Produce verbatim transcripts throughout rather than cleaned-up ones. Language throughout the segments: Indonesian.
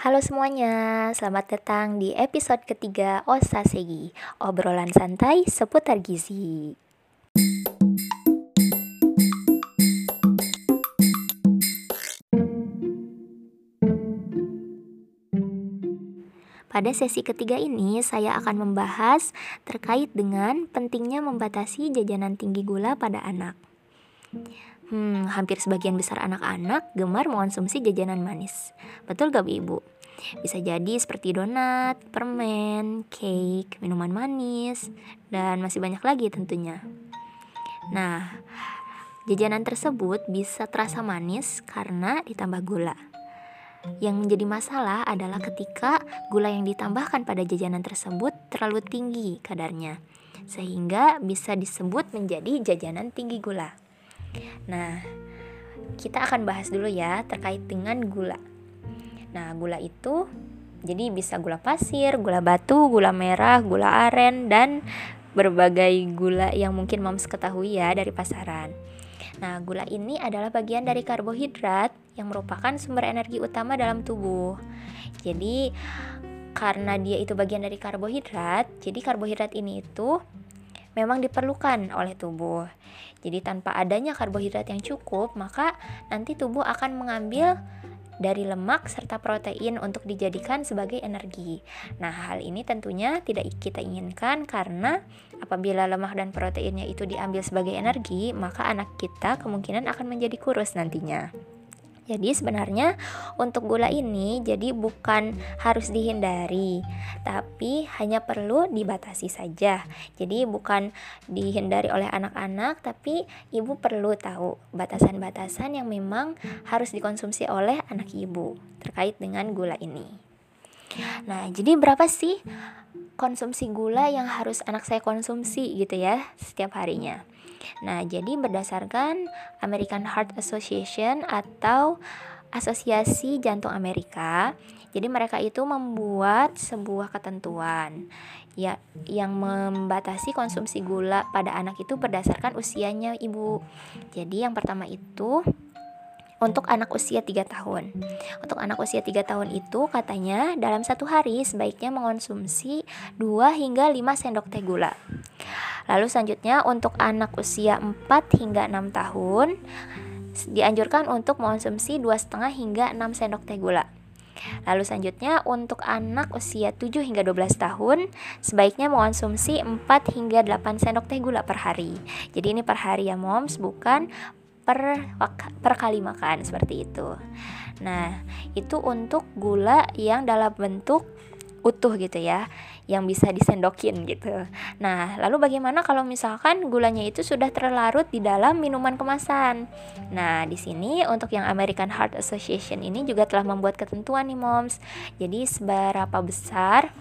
Halo semuanya, selamat datang di episode ketiga Osasegi, obrolan santai seputar gizi. Pada sesi ketiga ini, saya akan membahas terkait dengan pentingnya membatasi jajanan tinggi gula pada anak. Hmm, hampir sebagian besar anak-anak gemar mengonsumsi jajanan manis. Betul gak Bu Ibu? Bisa jadi seperti donat, permen, cake, minuman manis, dan masih banyak lagi tentunya. Nah, jajanan tersebut bisa terasa manis karena ditambah gula. Yang menjadi masalah adalah ketika gula yang ditambahkan pada jajanan tersebut terlalu tinggi kadarnya, sehingga bisa disebut menjadi jajanan tinggi gula. Nah, kita akan bahas dulu ya terkait dengan gula. Nah, gula itu jadi bisa gula pasir, gula batu, gula merah, gula aren, dan berbagai gula yang mungkin moms ketahui ya dari pasaran. Nah, gula ini adalah bagian dari karbohidrat yang merupakan sumber energi utama dalam tubuh. Jadi, karena dia itu bagian dari karbohidrat, jadi karbohidrat ini itu memang diperlukan oleh tubuh. Jadi tanpa adanya karbohidrat yang cukup, maka nanti tubuh akan mengambil dari lemak serta protein untuk dijadikan sebagai energi. Nah, hal ini tentunya tidak kita inginkan karena apabila lemak dan proteinnya itu diambil sebagai energi, maka anak kita kemungkinan akan menjadi kurus nantinya. Jadi sebenarnya untuk gula ini jadi bukan harus dihindari, tapi hanya perlu dibatasi saja. Jadi bukan dihindari oleh anak-anak, tapi ibu perlu tahu batasan-batasan yang memang harus dikonsumsi oleh anak ibu terkait dengan gula ini. Nah, jadi berapa sih konsumsi gula yang harus anak saya konsumsi gitu ya setiap harinya? Nah, jadi berdasarkan American Heart Association atau Asosiasi Jantung Amerika, jadi mereka itu membuat sebuah ketentuan ya yang membatasi konsumsi gula pada anak itu berdasarkan usianya ibu. Jadi yang pertama itu untuk anak usia tiga tahun. Untuk anak usia tiga tahun itu katanya dalam satu hari sebaiknya mengonsumsi dua hingga lima sendok teh gula. Lalu selanjutnya untuk anak usia empat hingga enam tahun dianjurkan untuk mengonsumsi dua koma lima hingga enam sendok teh gula. Lalu selanjutnya untuk anak usia tujuh hingga dua belas tahun sebaiknya mengonsumsi empat hingga delapan sendok teh gula per hari. Jadi ini per hari ya moms, bukan per per kali makan seperti itu. Nah, itu untuk gula yang dalam bentuk utuh gitu ya, yang bisa disendokin gitu. Nah, lalu bagaimana kalau misalkan gulanya itu sudah terlarut di dalam minuman kemasan? Nah, di sini untuk yang American Heart Association ini juga telah membuat ketentuan nih moms. Jadi seberapa besar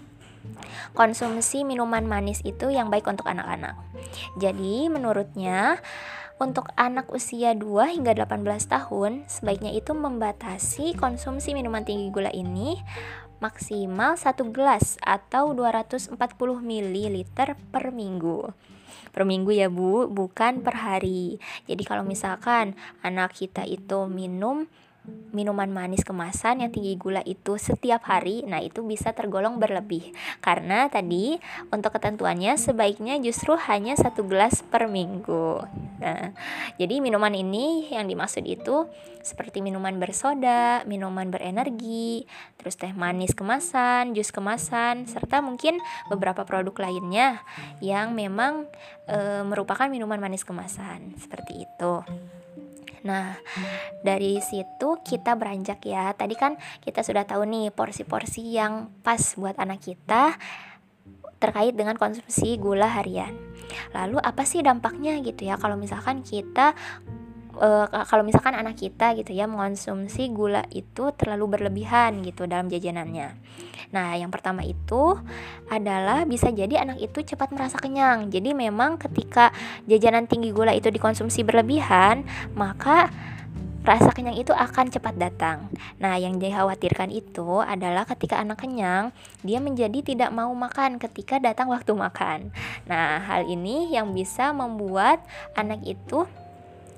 konsumsi minuman manis itu yang baik untuk anak-anak. Jadi menurutnya untuk anak usia dua hingga delapan belas tahun sebaiknya itu membatasi konsumsi minuman tinggi gula ini maksimal satu gelas atau dua ratus empat puluh mililiter per minggu. Per minggu ya Bu, bukan per hari. Jadi kalau misalkan anak kita itu minum minuman manis kemasan yang tinggi gula itu setiap hari, nah itu bisa tergolong berlebih. Karena tadi untuk ketentuannya sebaiknya justru hanya satu gelas per minggu. Nah, jadi minuman ini yang dimaksud itu seperti minuman bersoda, minuman berenergi, terus teh manis kemasan, jus kemasan, serta mungkin beberapa produk lainnya yang memang e, merupakan minuman manis kemasan, seperti itu. Nah, dari situ kita beranjak ya. Tadi kan kita sudah tahu nih porsi-porsi yang pas buat anak kita terkait dengan konsumsi gula harian. Lalu apa sih dampaknya gitu ya kalau misalkan kita Uh, kalau misalkan anak kita gitu ya mengonsumsi gula itu terlalu berlebihan gitu dalam jajanannya. Nah, yang pertama itu adalah bisa jadi anak itu cepat merasa kenyang. Jadi memang ketika jajanan tinggi gula itu dikonsumsi berlebihan, maka rasa kenyang itu akan cepat datang. Nah, yang dikhawatirkan itu adalah ketika anak kenyang, dia menjadi tidak mau makan ketika datang waktu makan. Nah, hal ini yang bisa membuat anak itu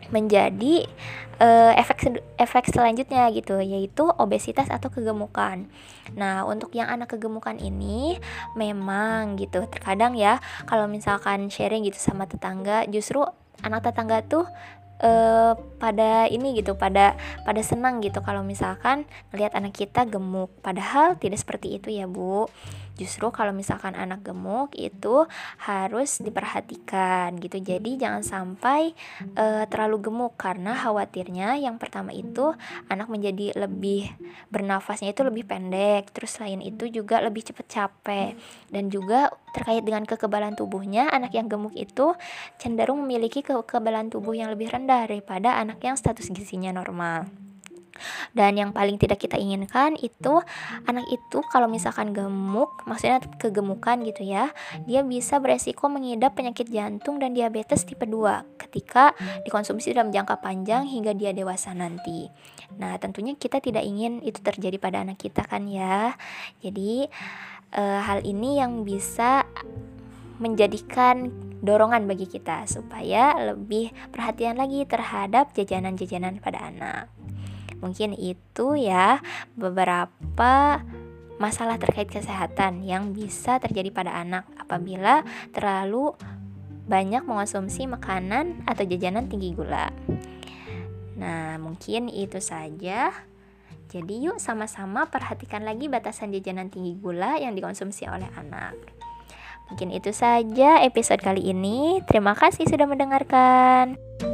menjadi uh, efek efek selanjutnya gitu, yaitu obesitas atau kegemukan. Nah, untuk yang anak kegemukan ini memang gitu, terkadang ya kalau misalkan sharing gitu sama tetangga, justru anak tetangga tuh uh, pada ini gitu, pada pada senang gitu kalau misalkan melihat anak kita gemuk. Padahal tidak seperti itu ya, Bu. Justru kalau misalkan anak gemuk itu harus diperhatikan gitu. Jadi jangan sampai uh, terlalu gemuk, karena khawatirnya yang pertama itu anak menjadi lebih bernafasnya itu lebih pendek. Terus selain itu juga lebih cepat capek. Dan juga terkait dengan kekebalan tubuhnya, anak yang gemuk itu cenderung memiliki kekebalan tubuh yang lebih rendah daripada anak yang status gizinya normal. Dan yang paling tidak kita inginkan itu anak itu kalau misalkan gemuk, maksudnya kegemukan gitu ya, dia bisa beresiko mengidap penyakit jantung dan diabetes tipe dua ketika dikonsumsi dalam jangka panjang hingga dia dewasa nanti. Nah, tentunya kita tidak ingin itu terjadi pada anak kita kan ya. Jadi e, hal ini yang bisa menjadikan dorongan bagi kita supaya lebih perhatian lagi terhadap jajanan-jajanan pada anak. Mungkin itu ya beberapa masalah terkait kesehatan yang bisa terjadi pada anak apabila terlalu banyak mengonsumsi makanan atau jajanan tinggi gula. Nah, mungkin itu saja. Jadi yuk sama-sama perhatikan lagi batasan jajanan tinggi gula yang dikonsumsi oleh anak. Mungkin itu saja episode kali ini. Terima kasih sudah mendengarkan.